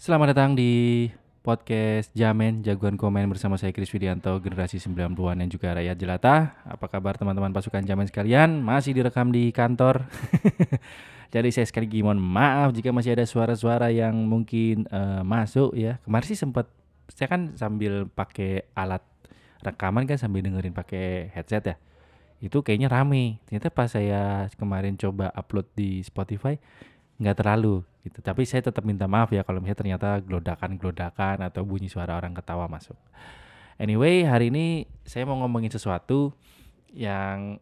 Selamat datang di podcast Jamen Jagoan Komen bersama saya Kris Widianto, generasi 90-an yang juga rakyat jelata. Apa kabar teman-teman pasukan Jamen sekalian? Masih direkam di kantor. Jadi saya sekali lagi mohon maaf jika masih ada suara-suara yang mungkin masuk ya. Kemarin sih sempat saya kan sambil pakai alat rekaman kan sambil dengerin pakai headset ya. Itu kayaknya rame. Ternyata pas saya kemarin coba upload di Spotify nggak terlalu gitu. Tapi saya tetap minta maaf ya kalau misalnya ternyata gelodakan-gelodakan atau bunyi suara orang ketawa masuk. Anyway, hari ini saya mau ngomongin sesuatu yang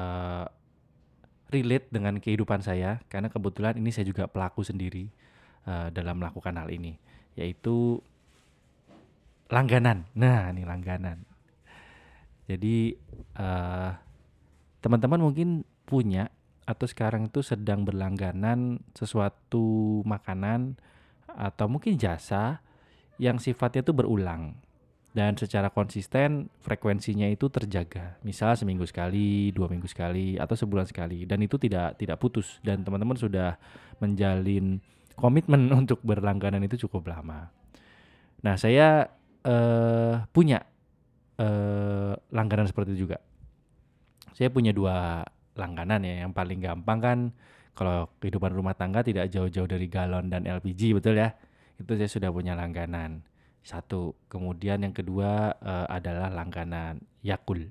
relate dengan kehidupan saya karena kebetulan ini saya juga pelaku sendiri dalam melakukan hal ini, yaitu langganan. Nah, ini langganan. Jadi teman-teman mungkin punya atau sekarang itu sedang berlangganan sesuatu makanan atau mungkin jasa yang sifatnya itu berulang dan secara konsisten frekuensinya itu terjaga. Misal seminggu sekali, 2 minggu sekali, atau sebulan sekali, dan itu tidak putus. Dan teman-teman sudah menjalin komitmen untuk berlangganan itu cukup lama. Nah, saya punya langganan seperti itu juga. Saya punya 2 langganan ya. Yang paling gampang kan kalau kehidupan rumah tangga tidak jauh-jauh dari galon dan LPG, betul ya? Itu saya sudah punya langganan. Satu. Kemudian yang kedua adalah langganan Yakult.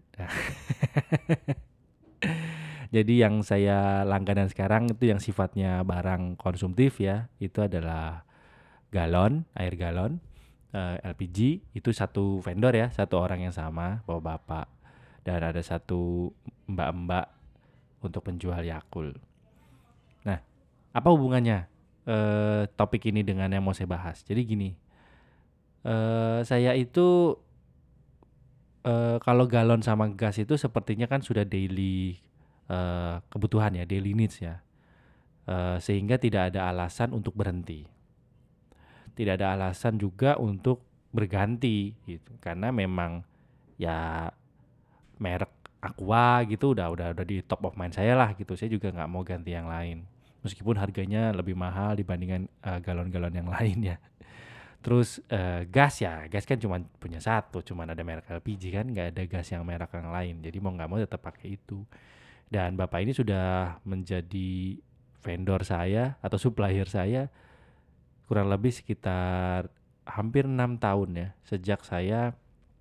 Jadi yang saya langganan sekarang itu yang sifatnya barang konsumtif ya. Itu adalah galon, air galon, LPG. Itu satu vendor ya, satu orang yang sama, bapak-bapak. Dan ada satu mbak-mbak untuk penjual Yakult. Nah, apa hubungannya topik ini dengan yang mau saya bahas? Jadi gini, saya itu kalau galon sama gas itu sepertinya kan sudah daily kebutuhan ya, daily needs ya, sehingga tidak ada alasan untuk berhenti, tidak ada alasan juga untuk berganti gitu, karena memang ya merek Aqua gitu udah di top of mind saya lah gitu. Saya juga nggak mau ganti yang lain. Meskipun harganya lebih mahal dibandingkan galon-galon yang lain ya. Terus gas ya, gas kan cuma punya satu, cuma ada merek LPG kan, nggak ada gas yang merek yang lain. Jadi mau nggak mau tetap pakai itu. Dan bapak ini sudah menjadi vendor saya atau supplier saya kurang lebih sekitar hampir 6 tahun ya, sejak saya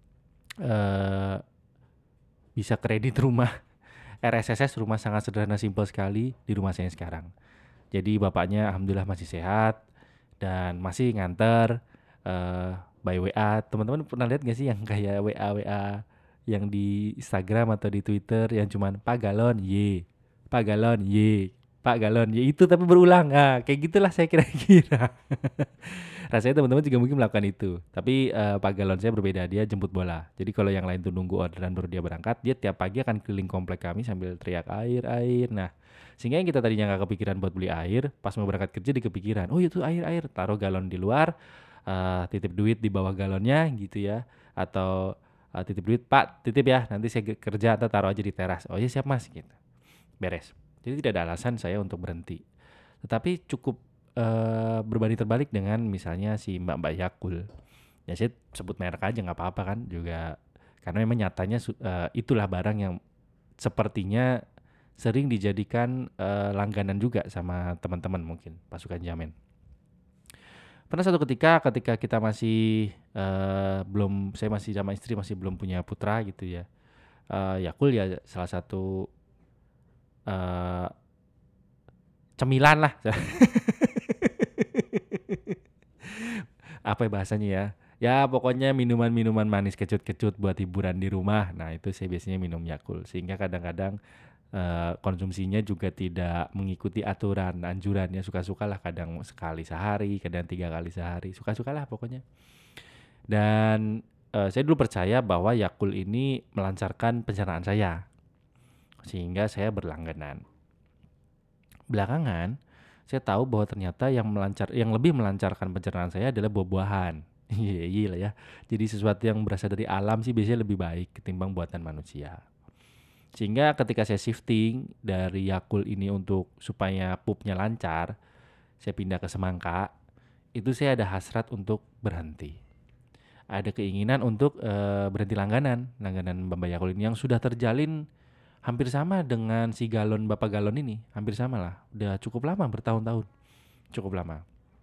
bisa kredit rumah RSSS, rumah sangat sederhana simpel sekali di rumah saya sekarang. Jadi bapaknya alhamdulillah masih sehat dan masih nganter by WA. Teman-teman pernah lihat gak sih yang kayak WA yang di Instagram atau di Twitter yang cuman Pak Galon, ye, Pak Galon, ye, Pak Galon, ye, itu tapi berulang. Nah, kayak gitulah saya kira-kira. Rasanya teman-teman juga mungkin melakukan itu. Tapi Pak Galon saya berbeda, dia jemput bola. Jadi kalau yang lain tuh nunggu orderan baru dia berangkat, dia tiap pagi akan keliling komplek kami sambil teriak air, air. Nah, sehingga yang kita tadinya nggak kepikiran buat beli air, pas mau berangkat kerja dikepikiran, oh itu air, air, taruh galon di luar, titip duit di bawah galonnya gitu ya. Atau titip duit, Pak, titip ya, nanti saya kerja atau taruh aja di teras. Oh iya siap mas, gitu. Beres. Jadi tidak ada alasan saya untuk berhenti. Tetapi cukup berbanding terbalik dengan misalnya si mbak-mbak Yakult. Ya saya sebut merek aja nggak apa-apa kan juga, karena memang nyatanya itulah barang yang sepertinya sering dijadikan langganan juga sama teman-teman mungkin pasukan Jamen. Pernah satu ketika kita masih saya masih sama istri masih belum punya putra gitu ya. Yakult ya salah satu cemilan lah. Apa ya bahasanya ya? Ya pokoknya minuman-minuman manis kecut-kecut buat hiburan di rumah. Nah itu saya biasanya minum Yakult. Sehingga kadang-kadang konsumsinya juga tidak mengikuti aturan, anjurannya suka-sukalah, kadang sekali sehari, kadang 3 kali sehari, suka-sukalah pokoknya. Dan saya dulu percaya bahwa Yakult ini melancarkan pencernaan saya, sehingga saya berlangganan. Belakangan saya tahu bahwa ternyata yang lebih melancarkan pencernaan saya adalah buah-buahan. Iya lah ya. Jadi sesuatu yang berasal dari alam sih biasanya lebih baik ketimbang buatan manusia. Sehingga ketika saya shifting dari Yakult ini untuk supaya pupnya lancar, saya pindah ke semangka. itu saya ada hasrat untuk berhenti. Ada keinginan untuk berhenti langganan Mbak Yakult ini yang sudah terjalin hampir sama dengan si Bapak Galon ini, hampir sama lah. Udah cukup lama, bertahun-tahun, cukup lama.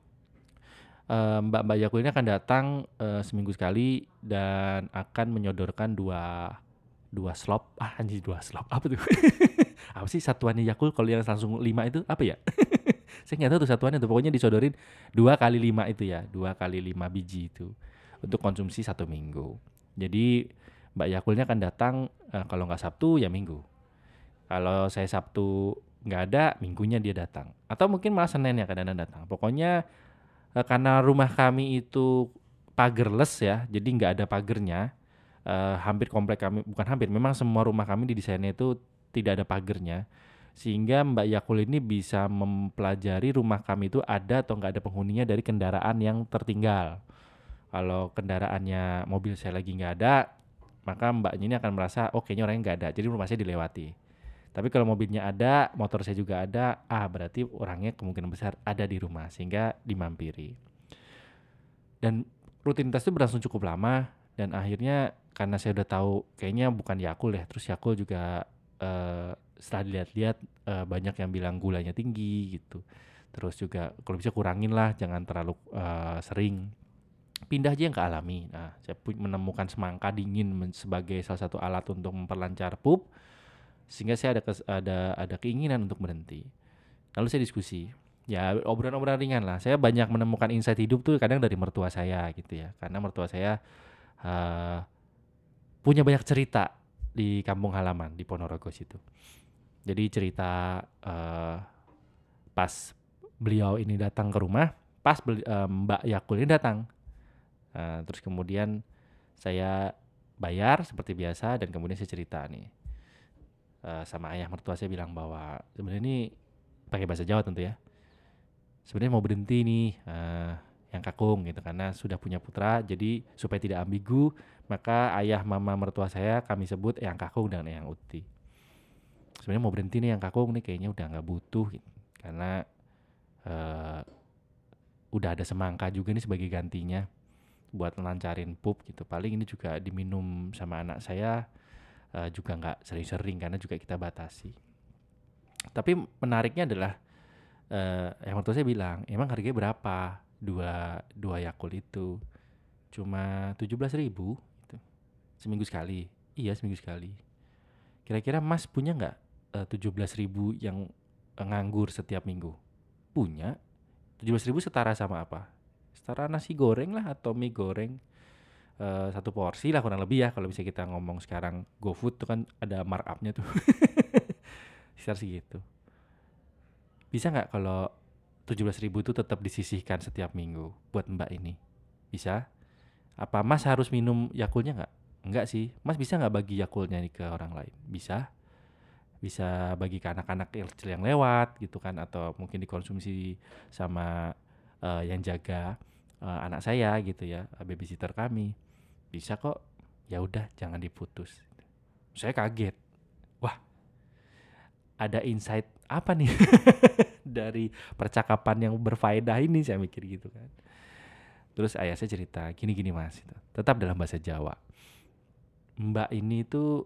Mbak Yakult ini akan datang seminggu sekali dan akan menyodorkan dua slop. Anjir, dua slop apa tuh? Apa sih satuannya Yakult kalau yang langsung 5 itu apa ya? Saya nggak tahu tuh satuannya tuh, pokoknya disodorin 2 kali 5 itu ya, 2 kali 5 biji itu untuk konsumsi 1 minggu. Jadi Mbak Yakultnya akan datang kalau nggak Sabtu ya Minggu. Kalau saya Sabtu nggak ada, Minggunya dia datang. Atau mungkin malah Senin ya kadang-kadang datang. Pokoknya karena rumah kami itu pagerless ya, jadi nggak ada pagernya. Hampir komplek kami, bukan hampir, memang semua rumah kami didesainnya itu tidak ada pagernya. Sehingga Mbak Yakul ini bisa mempelajari rumah kami itu ada atau nggak ada penghuninya dari kendaraan yang tertinggal. Kalau kendaraannya mobil saya lagi nggak ada, maka mbaknya ini akan merasa, oh kayaknya orangnya nggak ada, jadi rumah saya dilewati. Tapi kalau mobilnya ada, motor saya juga ada, berarti orangnya kemungkinan besar ada di rumah, sehingga dimampiri. Dan rutinitas itu berlangsung cukup lama, dan akhirnya karena saya udah tahu kayaknya bukan Yakult ya, terus Yakult juga setelah dilihat-lihat banyak yang bilang gulanya tinggi gitu. Terus juga kalau bisa kurangin lah, jangan terlalu sering. Pindah aja yang ke alami. Nah, saya menemukan semangka dingin sebagai salah satu alat untuk memperlancar pup, sehingga saya ada keinginan untuk berhenti. Lalu saya diskusi. Ya obrolan-obrolan ringan lah. Saya banyak menemukan insight hidup tuh kadang dari mertua saya gitu ya. Karena mertua saya punya banyak cerita di kampung halaman di Ponorogo situ. Jadi cerita pas beliau ini datang ke rumah, pas Mbak Yakul ini datang. Terus kemudian saya bayar seperti biasa dan kemudian saya cerita nih. Sama ayah mertua saya bilang bahwa sebenarnya ini pakai bahasa Jawa tentu ya. Sebenarnya mau berhenti nih yang kakung gitu karena sudah punya putra, jadi supaya tidak ambigu maka ayah mama mertua saya kami sebut yang kakung dan yang uti. Sebenarnya mau berhenti nih yang kakung nih kayaknya udah nggak butuh gitu. Karena udah ada semangka juga nih sebagai gantinya buat melancarin pup gitu. Paling ini juga diminum sama anak saya juga nggak sering-sering karena juga kita batasi. Tapi menariknya adalah yang mertua saya bilang, emang harganya berapa dua Yakult itu? Cuma 17.000 gitu. Seminggu sekali. Iya seminggu sekali. Kira-kira Mas punya nggak 17.000 yang nganggur setiap minggu? Punya. 17.000 setara sama apa? Setara nasi goreng lah atau mie goreng. Satu porsi lah kurang lebih ya. Kalau bisa kita ngomong sekarang GoFood tuh kan ada markupnya tuh. Sekitar segitu. Bisa nggak kalau 17.000 itu tetap disisihkan setiap minggu buat Mbak ini? Bisa? Apa Mas harus minum Yakultnya nggak? Enggak sih. Mas bisa nggak bagi Yakultnya nih ke orang lain? Bisa. Bisa bagi ke anak-anak kecil yang lewat gitu kan, atau mungkin dikonsumsi sama yang jaga anak saya gitu ya, babysitter kami. Bisa kok. Ya udah, jangan diputus. Saya kaget. Wah, ada insight apa nih dari percakapan yang berfaedah ini, saya mikir gitu kan. Terus ayah saya cerita, gini-gini Mas, tetap dalam bahasa Jawa. Mbak ini tuh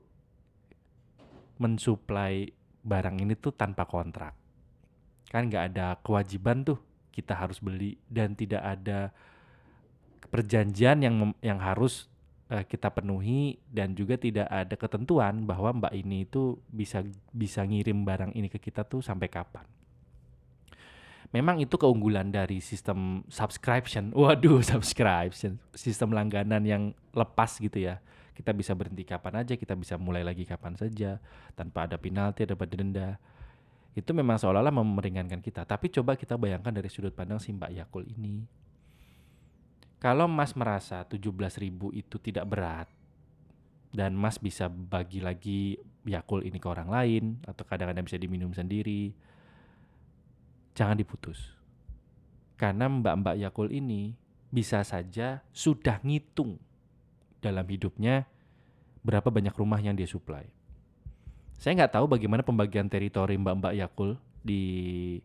mensuplai barang ini tuh tanpa kontrak. Kan nggak ada kewajiban tuh kita harus beli dan tidak ada perjanjian yang harus kita penuhi, dan juga tidak ada ketentuan bahwa Mbak ini itu bisa ngirim barang ini ke kita tuh sampai kapan. Memang itu keunggulan dari sistem subscription. Waduh, subscription. Sistem langganan yang lepas gitu ya. Kita bisa berhenti kapan aja, kita bisa mulai lagi kapan saja, tanpa ada penalti, ada denda. Itu memang seolah-olah meringankan kita. Tapi coba kita bayangkan dari sudut pandang si Mbak Yakult ini. Kalau Mas merasa 17.000 itu tidak berat, dan Mas bisa bagi lagi Yakult ini ke orang lain, atau kadang-kadang bisa diminum sendiri, jangan diputus. Karena mbak-mbak Yakult ini bisa saja sudah ngitung dalam hidupnya berapa banyak rumah yang dia suplai. Saya nggak tahu bagaimana pembagian teritori mbak-mbak Yakult di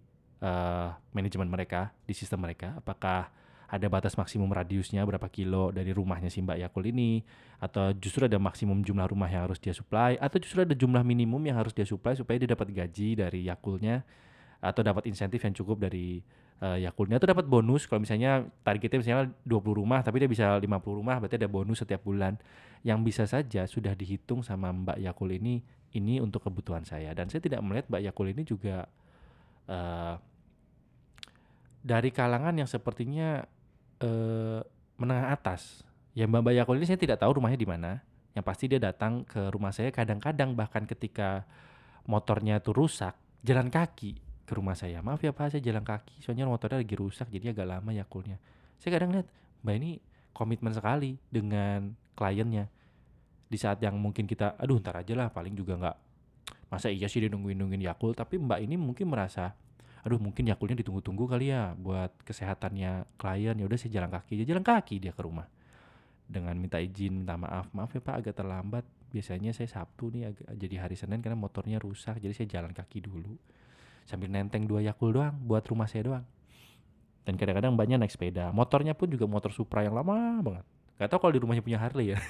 manajemen mereka di sistem mereka, apakah ada batas maksimum radiusnya berapa kilo dari rumahnya si Mbak Yakul ini, atau justru ada maksimum jumlah rumah yang harus dia supply, atau justru ada jumlah minimum yang harus dia supply supaya dia dapat gaji dari Yakulnya, atau dapat insentif yang cukup dari Yakulnya, atau dapat bonus kalau misalnya targetnya misalnya 20 rumah tapi dia bisa 50 rumah, berarti ada bonus setiap bulan yang bisa saja sudah dihitung sama Mbak Yakul ini untuk kebutuhan saya. Dan saya tidak melihat Mbak Yakul ini juga eh, dari kalangan yang sepertinya menengah atas. Ya Mbak Yakul ini saya tidak tahu rumahnya di mana. Yang pasti dia datang ke rumah saya kadang-kadang, bahkan ketika motornya tuh rusak, jalan kaki ke rumah saya. Maaf ya Pak, saya jalan kaki. Soalnya motornya lagi rusak, jadi agak lama Yakulnya. Saya kadang lihat Mbak ini komitmen sekali dengan kliennya. Di saat yang mungkin kita, aduh ntar aja lah, paling juga nggak, masa iya sih dia nungguin Yakult. Tapi Mbak ini mungkin merasa, aduh mungkin Yakultnya ditunggu-tunggu kali ya buat kesehatannya klien, ya udah saya jalan kaki aja. Jalan kaki dia ke rumah dengan minta izin, minta maaf ya Pak agak terlambat, biasanya saya Sabtu nih agak jadi hari Senin karena motornya rusak, jadi saya jalan kaki dulu sambil nenteng 2 Yakult doang buat rumah saya doang. Dan kadang-kadang Mbaknya naik sepeda, motornya pun juga motor Supra yang lama banget, gak tau kalau di rumahnya punya Harley ya.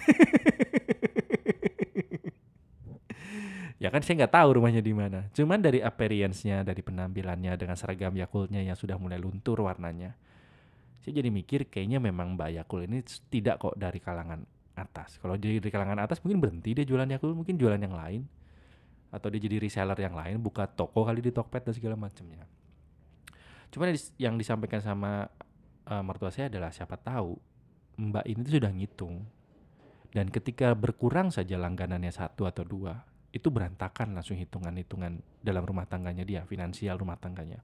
Ya kan saya nggak tahu rumahnya di mana. Cuman dari appearance-nya, dari penampilannya dengan seragam Yakultnya yang sudah mulai luntur warnanya, saya jadi mikir kayaknya memang Mbak Yakult ini tidak kok dari kalangan atas. Kalau dari kalangan atas mungkin berhenti dia jualan Yakult, mungkin jualan yang lain, atau dia jadi reseller yang lain, buka toko kali di Tokped dan segala macamnya. Cuman yang disampaikan sama mertua saya adalah siapa tahu Mbak ini tuh sudah ngitung, dan ketika berkurang saja langganannya satu atau dua, itu berantakan langsung hitungan-hitungan dalam rumah tangganya dia, finansial rumah tangganya.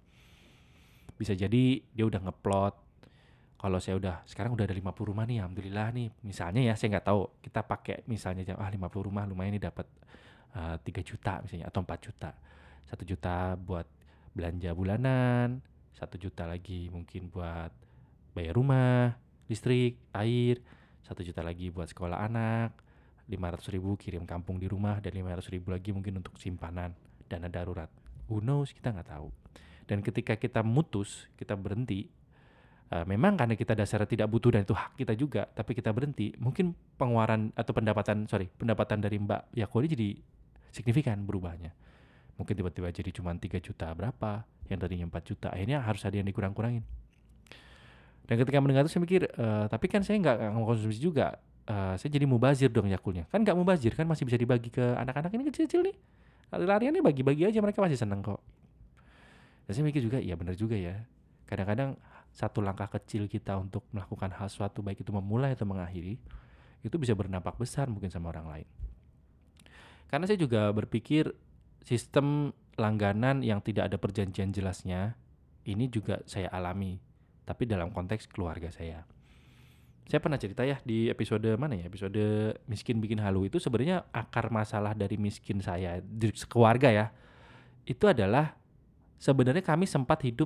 Bisa jadi dia udah ngeplot, kalau saya sekarang udah ada 50 rumah nih, alhamdulillah nih. Misalnya ya, saya nggak tahu, kita pakai misalnya 50 rumah lumayan nih, dapat 3 juta misalnya atau 4 juta. 1 juta buat belanja bulanan, 1 juta lagi mungkin buat bayar rumah, listrik, air, 1 juta lagi buat sekolah anak, 500 ribu kirim kampung di rumah, dan 500 ribu lagi mungkin untuk simpanan, dana darurat. Who knows, kita nggak tahu. Dan ketika kita kita berhenti, memang karena kita dasarnya tidak butuh dan itu hak kita juga, tapi kita berhenti, mungkin pengeluaran atau pendapatan dari Mbak Yakuli jadi signifikan berubahnya. Mungkin tiba-tiba jadi cuma 3 juta berapa, yang tadinya 4 juta, akhirnya harus ada yang dikurang-kurangin. Dan ketika mendengar itu saya mikir, tapi kan saya nggak mengkonsumsi juga, saya jadi mubazir dong Yakultnya. Kan nggak mubazir, kan masih bisa dibagi ke anak-anak ini kecil-kecil nih. Lari-lariannya bagi-bagi aja, mereka masih seneng kok. Dan saya mikir juga, iya benar juga ya. Kadang-kadang satu langkah kecil kita untuk melakukan hal suatu, baik itu memulai atau mengakhiri, itu bisa berdampak besar mungkin sama orang lain. Karena saya juga berpikir sistem langganan yang tidak ada perjanjian jelasnya, ini juga saya alami, tapi dalam konteks keluarga saya. Saya pernah cerita ya di episode mana ya, episode miskin bikin halu, itu sebenarnya akar masalah dari miskin saya di keluarga ya, itu adalah sebenarnya kami sempat hidup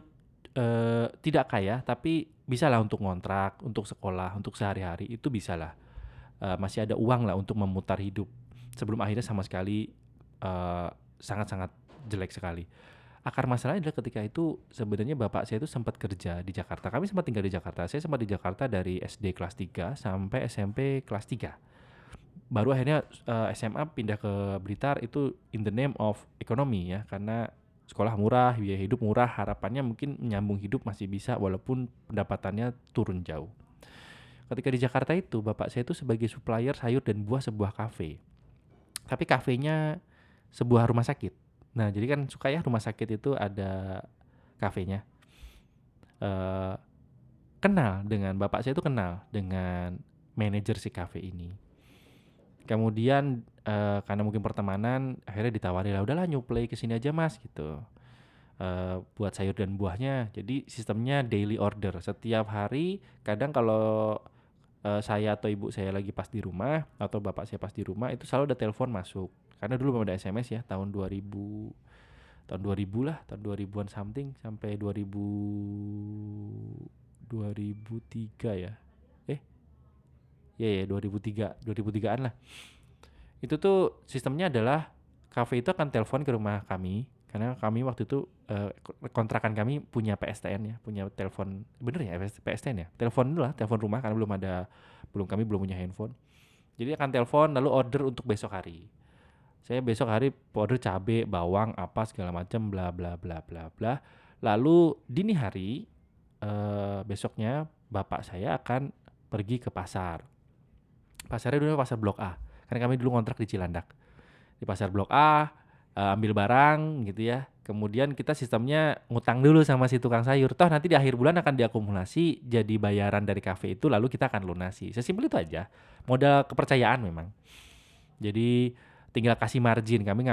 tidak kaya, tapi bisa lah untuk ngontrak, untuk sekolah, untuk sehari-hari itu bisa lah. Masih ada uang lah untuk memutar hidup. Sebelum akhirnya sama sekali sangat-sangat jelek sekali. Akar masalahnya adalah ketika itu sebenarnya bapak saya itu sempat kerja di Jakarta. Kami sempat tinggal di Jakarta. Saya sempat di Jakarta dari SD kelas 3 sampai SMP kelas 3. Baru akhirnya SMA pindah ke Blitar itu in the name of ekonomi ya, karena sekolah murah, biaya hidup murah, harapannya mungkin menyambung hidup masih bisa walaupun pendapatannya turun jauh. Ketika di Jakarta itu, bapak saya itu sebagai supplier sayur dan buah sebuah kafe. Tapi kafenya sebuah rumah sakit. Nah, jadi kan suka ya rumah sakit itu ada kafenya. Bapak saya itu kenal dengan manajer si kafe ini. Kemudian karena mungkin pertemanan, akhirnya ditawari lah, udahlah nyuplai kesini aja mas gitu, buat sayur dan buahnya. Jadi sistemnya daily order setiap hari. Kadang kalau saya atau ibu saya lagi pas di rumah atau bapak saya pas di rumah, itu selalu ada telepon masuk. Karena dulu belum ada SMS ya, tahun 2000 lah, tahun 2000-an something sampai 2003 ya. Ya 2003-an lah. Itu tuh sistemnya adalah kafe itu akan telepon ke rumah kami, karena kami waktu itu kontrakan kami punya PSTN ya, punya telepon, bener ya PSTN ya? Telepon itulah, telepon rumah karena kami belum punya handphone. Jadi akan telepon lalu order untuk besok hari. Saya besok hari order cabe, bawang, apa segala macam bla bla bla bla bla. Lalu dini hari besoknya bapak saya akan pergi ke pasar. Pasarnya dulu pasar Blok A. Karena kami dulu ngontrak di Cilandak. Di pasar Blok A, ambil barang gitu ya. Kemudian kita sistemnya ngutang dulu sama si tukang sayur. Toh nanti di akhir bulan akan diakumulasi jadi bayaran dari kafe itu lalu kita akan lunasi. Sesimpel itu aja. Modal kepercayaan memang. Jadi tinggal kasih margin. Kami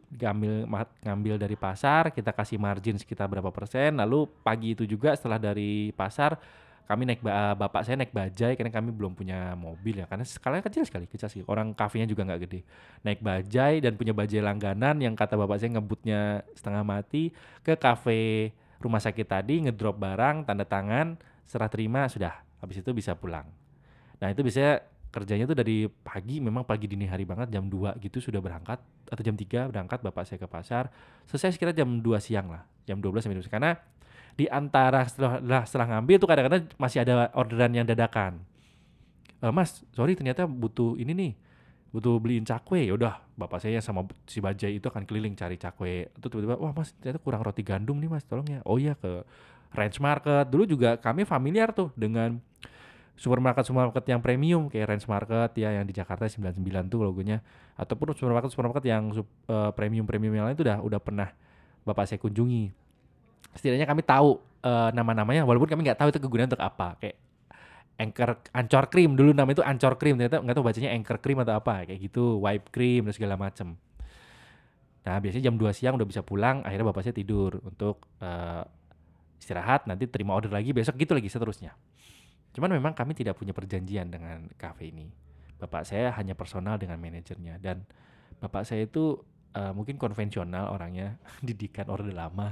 ngambil dari pasar, kita kasih margin sekitar berapa persen. Lalu pagi itu juga setelah dari pasar kami bapak saya naik bajai karena kami belum punya mobil ya karena skalanya kecil sekali orang kafenya juga nggak gede, naik bajai dan punya bajai langganan yang kata bapak saya ngebutnya setengah mati ke kafe rumah sakit tadi, ngedrop barang, tanda tangan, serah terima, sudah habis itu bisa pulang. Nah itu biasanya kerjanya tuh dari pagi, memang pagi dini hari banget, jam 2 gitu sudah berangkat atau jam 3 berangkat bapak saya ke pasar, selesai sekitar jam 2 siang lah, jam 12 sampai 12 karena di antara setelah ngambil tuh kadang-kadang masih ada orderan yang dadakan. Mas, sorry ternyata butuh ini nih, butuh beliin cakwe. Ya udah, bapak saya sama si bajai itu akan keliling cari cakwe. Itu tiba-tiba, wah mas ternyata kurang roti gandum nih mas, tolong ya. Oh iya ke Ranch Market. Dulu juga kami familiar tuh dengan supermarket yang premium kayak Ranch Market ya yang di Jakarta 99 tuh logonya, ataupun supermarket yang premium yang lain itu udah pernah bapak saya kunjungi. Setidaknya kami tahu nama-namanya walaupun kami nggak tahu itu kegunaan untuk apa. Kayak Ancor Cream dulu namanya itu Ancor Cream, ternyata nggak tahu bacanya Anchor Cream atau apa kayak gitu, Wipe Cream dan segala macam. Nah biasanya jam 2 siang udah bisa pulang, akhirnya bapak saya tidur untuk istirahat, nanti terima order lagi besok gitu lagi seterusnya. Cuman memang kami tidak punya perjanjian dengan cafe ini. Bapak saya hanya personal dengan manajernya dan bapak saya itu mungkin konvensional orangnya, didikan orde lama.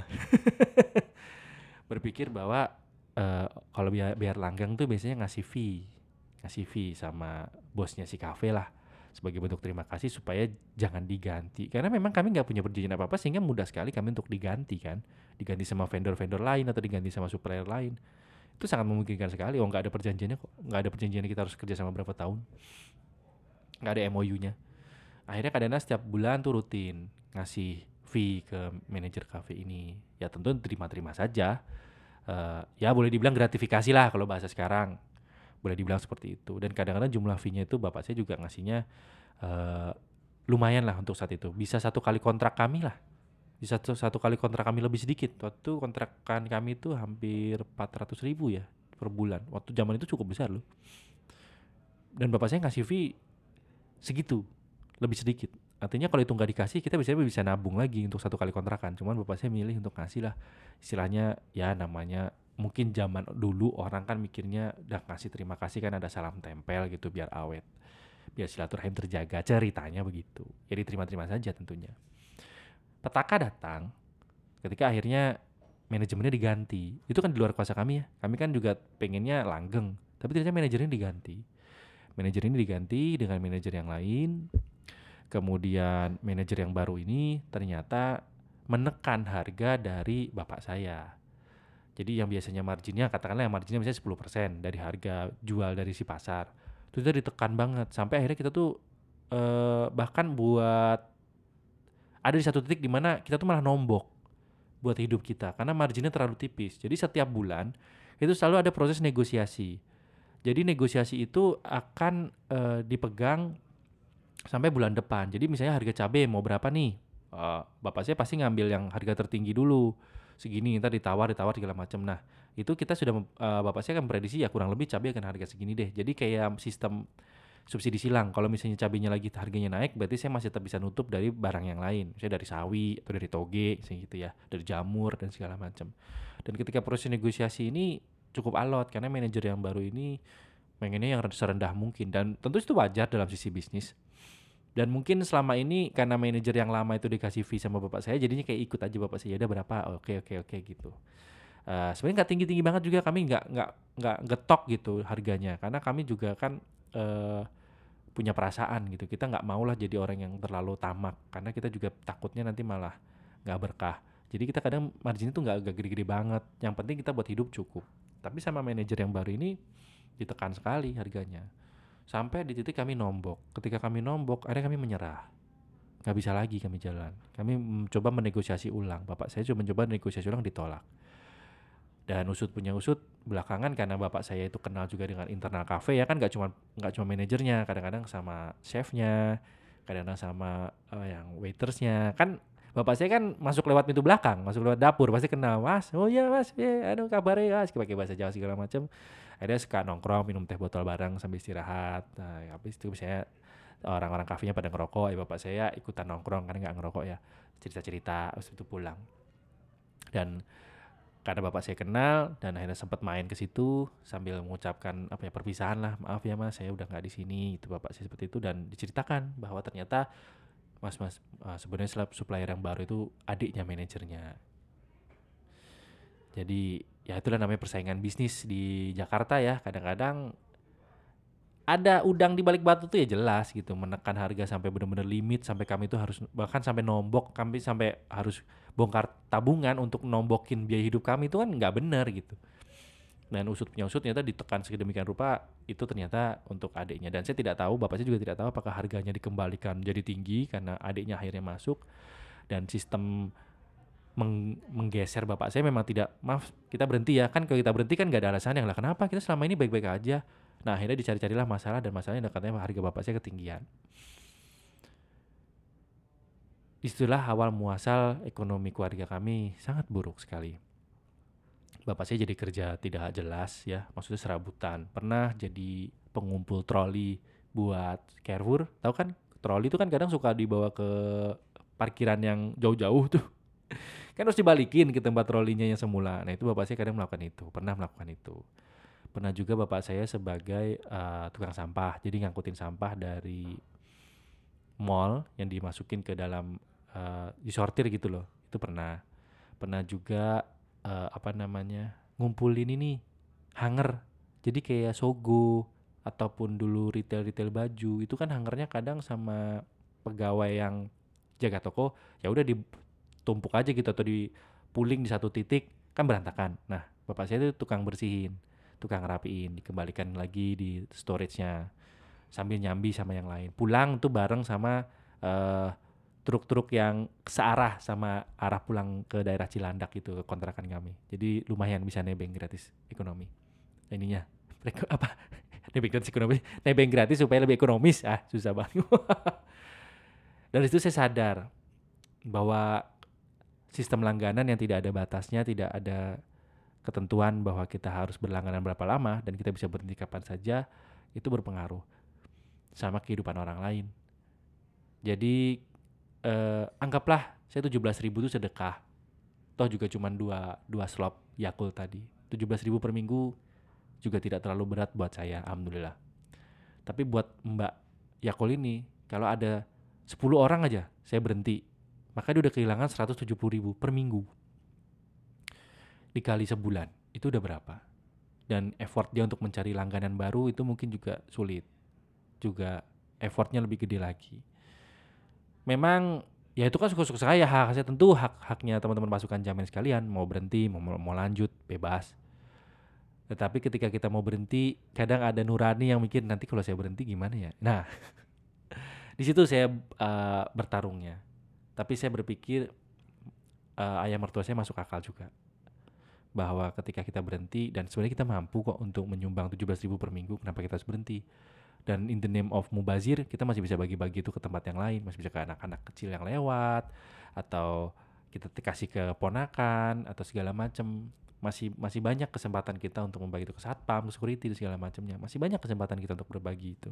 Berpikir bahwa kalau biar langgang tuh biasanya ngasih fee sama bosnya si kafe lah sebagai bentuk terima kasih supaya jangan diganti karena memang kami nggak punya perjanjian apa-apa sehingga mudah sekali kami untuk diganti sama vendor-vendor lain atau diganti sama supplier lain. Itu sangat memungkinkan sekali. Oh nggak ada perjanjiannya kok, nggak ada perjanjiannya kita harus kerja sama berapa tahun, nggak ada MOU-nya. Akhirnya kadang-kadang setiap bulan tuh rutin ngasih fee ke manajer kafe ini. Ya tentu terima-terima saja. Ya boleh dibilang gratifikasi lah kalau bahasa sekarang. Boleh dibilang seperti itu. Dan kadang-kadang jumlah fee-nya itu bapak saya juga ngasihnya lumayan lah untuk saat itu. Bisa satu kali kontrak kami lah. Bisa satu kali kontrak kami lebih sedikit. Waktu kontrakan kami itu hampir 400.000 ya per bulan. Waktu zaman itu cukup besar loh. Dan bapak saya ngasih fee segitu, lebih sedikit. Artinya kalau itu nggak dikasih kita bisa nabung lagi untuk satu kali kontrakan. Cuman bapak saya milih untuk ngasih lah. Istilahnya ya namanya mungkin zaman dulu orang kan mikirnya udah ngasih terima kasih kan ada salam tempel gitu biar awet. Biar silaturahim terjaga, ceritanya begitu. Jadi terima-terima saja tentunya. Petaka datang ketika akhirnya manajemennya diganti. Itu kan di luar kuasa kami ya. Kami kan juga pengennya langgeng. Tapi ternyata manajernya diganti. Manajer ini diganti dengan manajer yang lain. Kemudian manajer yang baru ini ternyata menekan harga dari bapak saya. Jadi yang biasanya marginnya, katakanlah yang marginnya misalnya 10% dari harga jual dari si pasar. Itu kita ditekan banget. Sampai akhirnya kita tuh bahkan ada di satu titik di mana kita tuh malah nombok buat hidup kita. Karena marginnya terlalu tipis. Jadi setiap bulan itu selalu ada proses negosiasi. Jadi negosiasi itu akan dipegang sampai bulan depan. Jadi misalnya harga cabai mau berapa nih? Bapak saya pasti ngambil yang harga tertinggi dulu. Segini, ntar ditawar segala macam. Nah, itu kita sudah bapak saya akan prediksi ya kurang lebih cabai akan harga segini deh. Jadi kayak sistem subsidi silang. Kalau misalnya cabainya lagi harganya naik, berarti saya masih tetap bisa nutup dari barang yang lain. Misalnya dari sawi atau dari toge, misalnya gitu ya, dari jamur dan segala macam. Dan ketika proses negosiasi ini cukup alot karena manajer yang baru ini pengennya yang serendah mungkin dan tentu itu wajar dalam sisi bisnis. Dan mungkin selama ini karena manajer yang lama itu dikasih fee sama bapak saya jadinya kayak ikut aja bapak saya, udah berapa, oke gitu. Sebenarnya nggak tinggi banget juga, kami nggak getok gitu harganya karena kami juga kan punya perasaan gitu, kita nggak mau lah jadi orang yang terlalu tamak karena kita juga takutnya nanti malah nggak berkah. Jadi kita kadang margin itu nggak gede-gede banget. Yang penting kita buat hidup cukup. Tapi sama manajer yang baru ini ditekan sekali harganya. Sampai di titik kami nombok. Ketika kami nombok, akhirnya kami menyerah. Nggak bisa lagi kami jalan. Kami mencoba menegosiasi ulang. Bapak saya coba mencoba negosiasi ulang, ditolak. Dan usut punya usut belakangan, karena bapak saya itu kenal juga dengan internal cafe ya kan, nggak cuma manajernya, kadang-kadang sama chefnya, kadang-kadang sama yang waitersnya kan. Bapak saya kan masuk lewat pintu belakang, masuk lewat dapur, pasti kenal. Mas, oh iya mas, aduh kabarnya mas, pakai bahasa Jawa segala macam. Akhirnya suka nongkrong minum teh botol bareng sambil istirahat. Nah habis itu misalnya orang-orang kafenya pada ngerokok, ya bapak saya ikutan nongkrong karena nggak ngerokok ya, cerita-cerita, habis itu pulang. Dan karena bapak saya kenal dan akhirnya sempat main ke situ sambil mengucapkan apa ya, perpisahan lah, maaf ya mas saya udah nggak di sini, itu bapak saya seperti itu. Dan diceritakan bahwa ternyata mas sebenarnya supplier yang baru itu adiknya manajernya. Jadi ya itulah namanya persaingan bisnis di Jakarta ya, kadang-kadang ada udang di balik batu tuh ya, jelas gitu, menekan harga sampai benar-benar limit, sampai kami itu harus bahkan sampai nombok, kami sampai harus bongkar tabungan untuk nombokin biaya hidup kami, itu kan nggak benar gitu. Dan usut punya usut ternyata ditekan sedemikian rupa itu ternyata untuk adiknya. Dan saya tidak tahu, bapak saya juga tidak tahu apakah harganya dikembalikan jadi tinggi karena adiknya akhirnya masuk, dan sistem menggeser bapak saya memang tidak, maaf kita berhenti ya kan, kalau kita berhenti kan nggak ada alasannya lah, kenapa kita selama ini baik-baik aja. Nah akhirnya dicari-carilah masalah, dan masalahnya katanya harga bapak saya ketinggian. Disitulah awal muasal ekonomi keluarga kami sangat buruk sekali. Bapak saya jadi kerja tidak jelas ya, maksudnya serabutan. Pernah jadi pengumpul troli buat Carrefour, tahu kan? Troli itu kan kadang suka dibawa ke parkiran yang jauh-jauh tuh. Kan harus dibalikin ke tempat trolinya yang semula. Nah itu bapak saya kadang melakukan itu, pernah melakukan itu. Pernah juga bapak saya sebagai tukang sampah, jadi ngangkutin sampah dari mall yang dimasukin ke dalam disortir gitu loh. Itu pernah. Pernah juga apa namanya, ngumpulin ini hanger. Jadi kayak Sogo ataupun dulu retail-retail baju, itu kan hangernya kadang sama pegawai yang jaga toko ya udah ditumpuk aja gitu atau dipuling di satu titik, kan berantakan. Nah, bapak saya itu tukang bersihin, tukang rapiin, dikembalikan lagi di storage-nya sambil nyambi sama yang lain. Pulang tuh bareng sama eh, truk-truk yang searah sama arah pulang ke daerah Cilandak gitu, ke kontrakan kami. Jadi lumayan bisa nebeng gratis ekonomi. Ininya apa? Nebeng gratis ekonomi, nebeng gratis supaya lebih ekonomis. Ah, susah banget. Dari situ saya sadar bahwa sistem langganan yang tidak ada batasnya, tidak ada ketentuan bahwa kita harus berlangganan berapa lama dan kita bisa berhenti kapan saja, itu berpengaruh sama kehidupan orang lain. Jadi anggaplah saya 17.000 itu sedekah. Toh juga cuma dua slop Yakult tadi. 17.000 per minggu juga tidak terlalu berat buat saya, alhamdulillah. Tapi buat Mbak Yakult ini, kalau ada 10 orang aja saya berhenti, maka dia udah kehilangan 170.000 per minggu. Dikali sebulan, itu udah berapa? Dan effort dia untuk mencari langganan baru itu mungkin juga sulit. Juga effortnya lebih gede lagi. Memang ya itu kan suka-suka saya, hak saya, tentu hak-haknya teman-teman pasukan Jamin sekalian, mau berhenti, mau lanjut, bebas. Tetapi ketika kita mau berhenti, kadang ada nurani yang mikir nanti kalau saya berhenti gimana ya. Nah, di situ saya bertarungnya. Tapi saya berpikir ayah mertua saya masuk akal juga. Bahwa ketika kita berhenti, dan sebenarnya kita mampu kok untuk menyumbang 17.000 per minggu, kenapa kita harus berhenti? Dan in the name of mubazir, kita masih bisa bagi-bagi itu ke tempat yang lain, masih bisa ke anak-anak kecil yang lewat, atau kita kasih ke ponakan, atau segala macam. Masih banyak kesempatan kita untuk membagi itu ke satpam, security, dan segala macamnya. Masih banyak kesempatan kita untuk berbagi itu.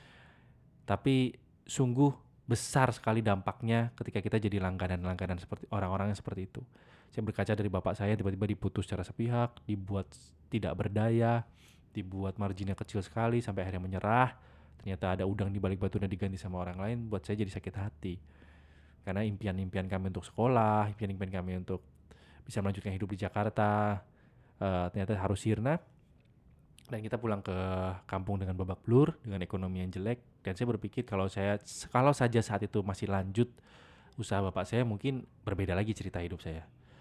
Tapi sungguh besar sekali dampaknya ketika kita jadi langganan seperti orang-orang yang seperti itu. Saya berkaca dari bapak saya tiba-tiba diputus secara sepihak, dibuat tidak berdaya, dibuat marginnya kecil sekali sampai akhirnya menyerah. Ternyata ada udang di balik batunya diganti sama orang lain, buat saya jadi sakit hati. Karena impian-impian kami untuk sekolah, impian-impian kami untuk bisa melanjutkan hidup di Jakarta, ternyata harus sirna. Dan kita pulang ke kampung dengan babak belur, dengan ekonomi yang jelek. Dan saya berpikir kalau saja saat itu masih lanjut usaha bapak saya, mungkin berbeda lagi cerita hidup saya.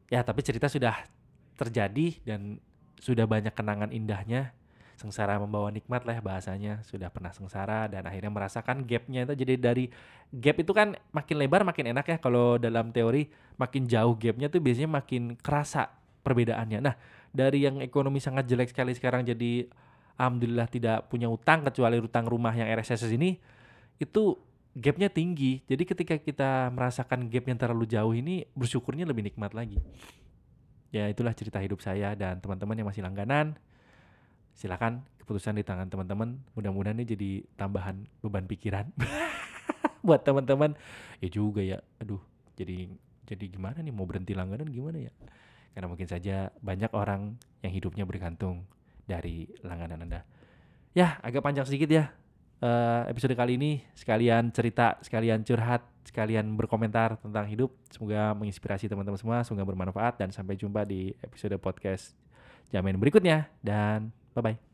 Ya tapi cerita sudah terjadi dan sudah banyak kenangan indahnya. Sengsara membawa nikmat lah ya bahasanya. Sudah pernah sengsara dan akhirnya merasakan gapnya itu. Jadi dari gap itu kan makin lebar makin enak ya. Kalau dalam teori makin jauh gapnya tuh biasanya makin kerasa perbedaannya. Nah dari yang ekonomi sangat jelek sekali sekarang jadi alhamdulillah tidak punya utang kecuali utang rumah yang RSSS ini, itu gapnya tinggi. Jadi ketika kita merasakan gap yang terlalu jauh ini bersyukurnya lebih nikmat lagi. Ya itulah cerita hidup saya dan teman-teman yang masih langganan. Silakan keputusan di tangan teman-teman. Mudah-mudahan ini jadi tambahan beban pikiran buat teman-teman. Ya juga ya. Aduh, jadi gimana nih mau berhenti langganan gimana ya? Karena mungkin saja banyak orang yang hidupnya bergantung dari langganan Anda. Ya, agak panjang sedikit ya. Episode kali ini sekalian cerita, sekalian curhat, sekalian berkomentar tentang hidup. Semoga menginspirasi teman-teman semua, semoga bermanfaat dan sampai jumpa di episode podcast Jamin berikutnya dan bye-bye.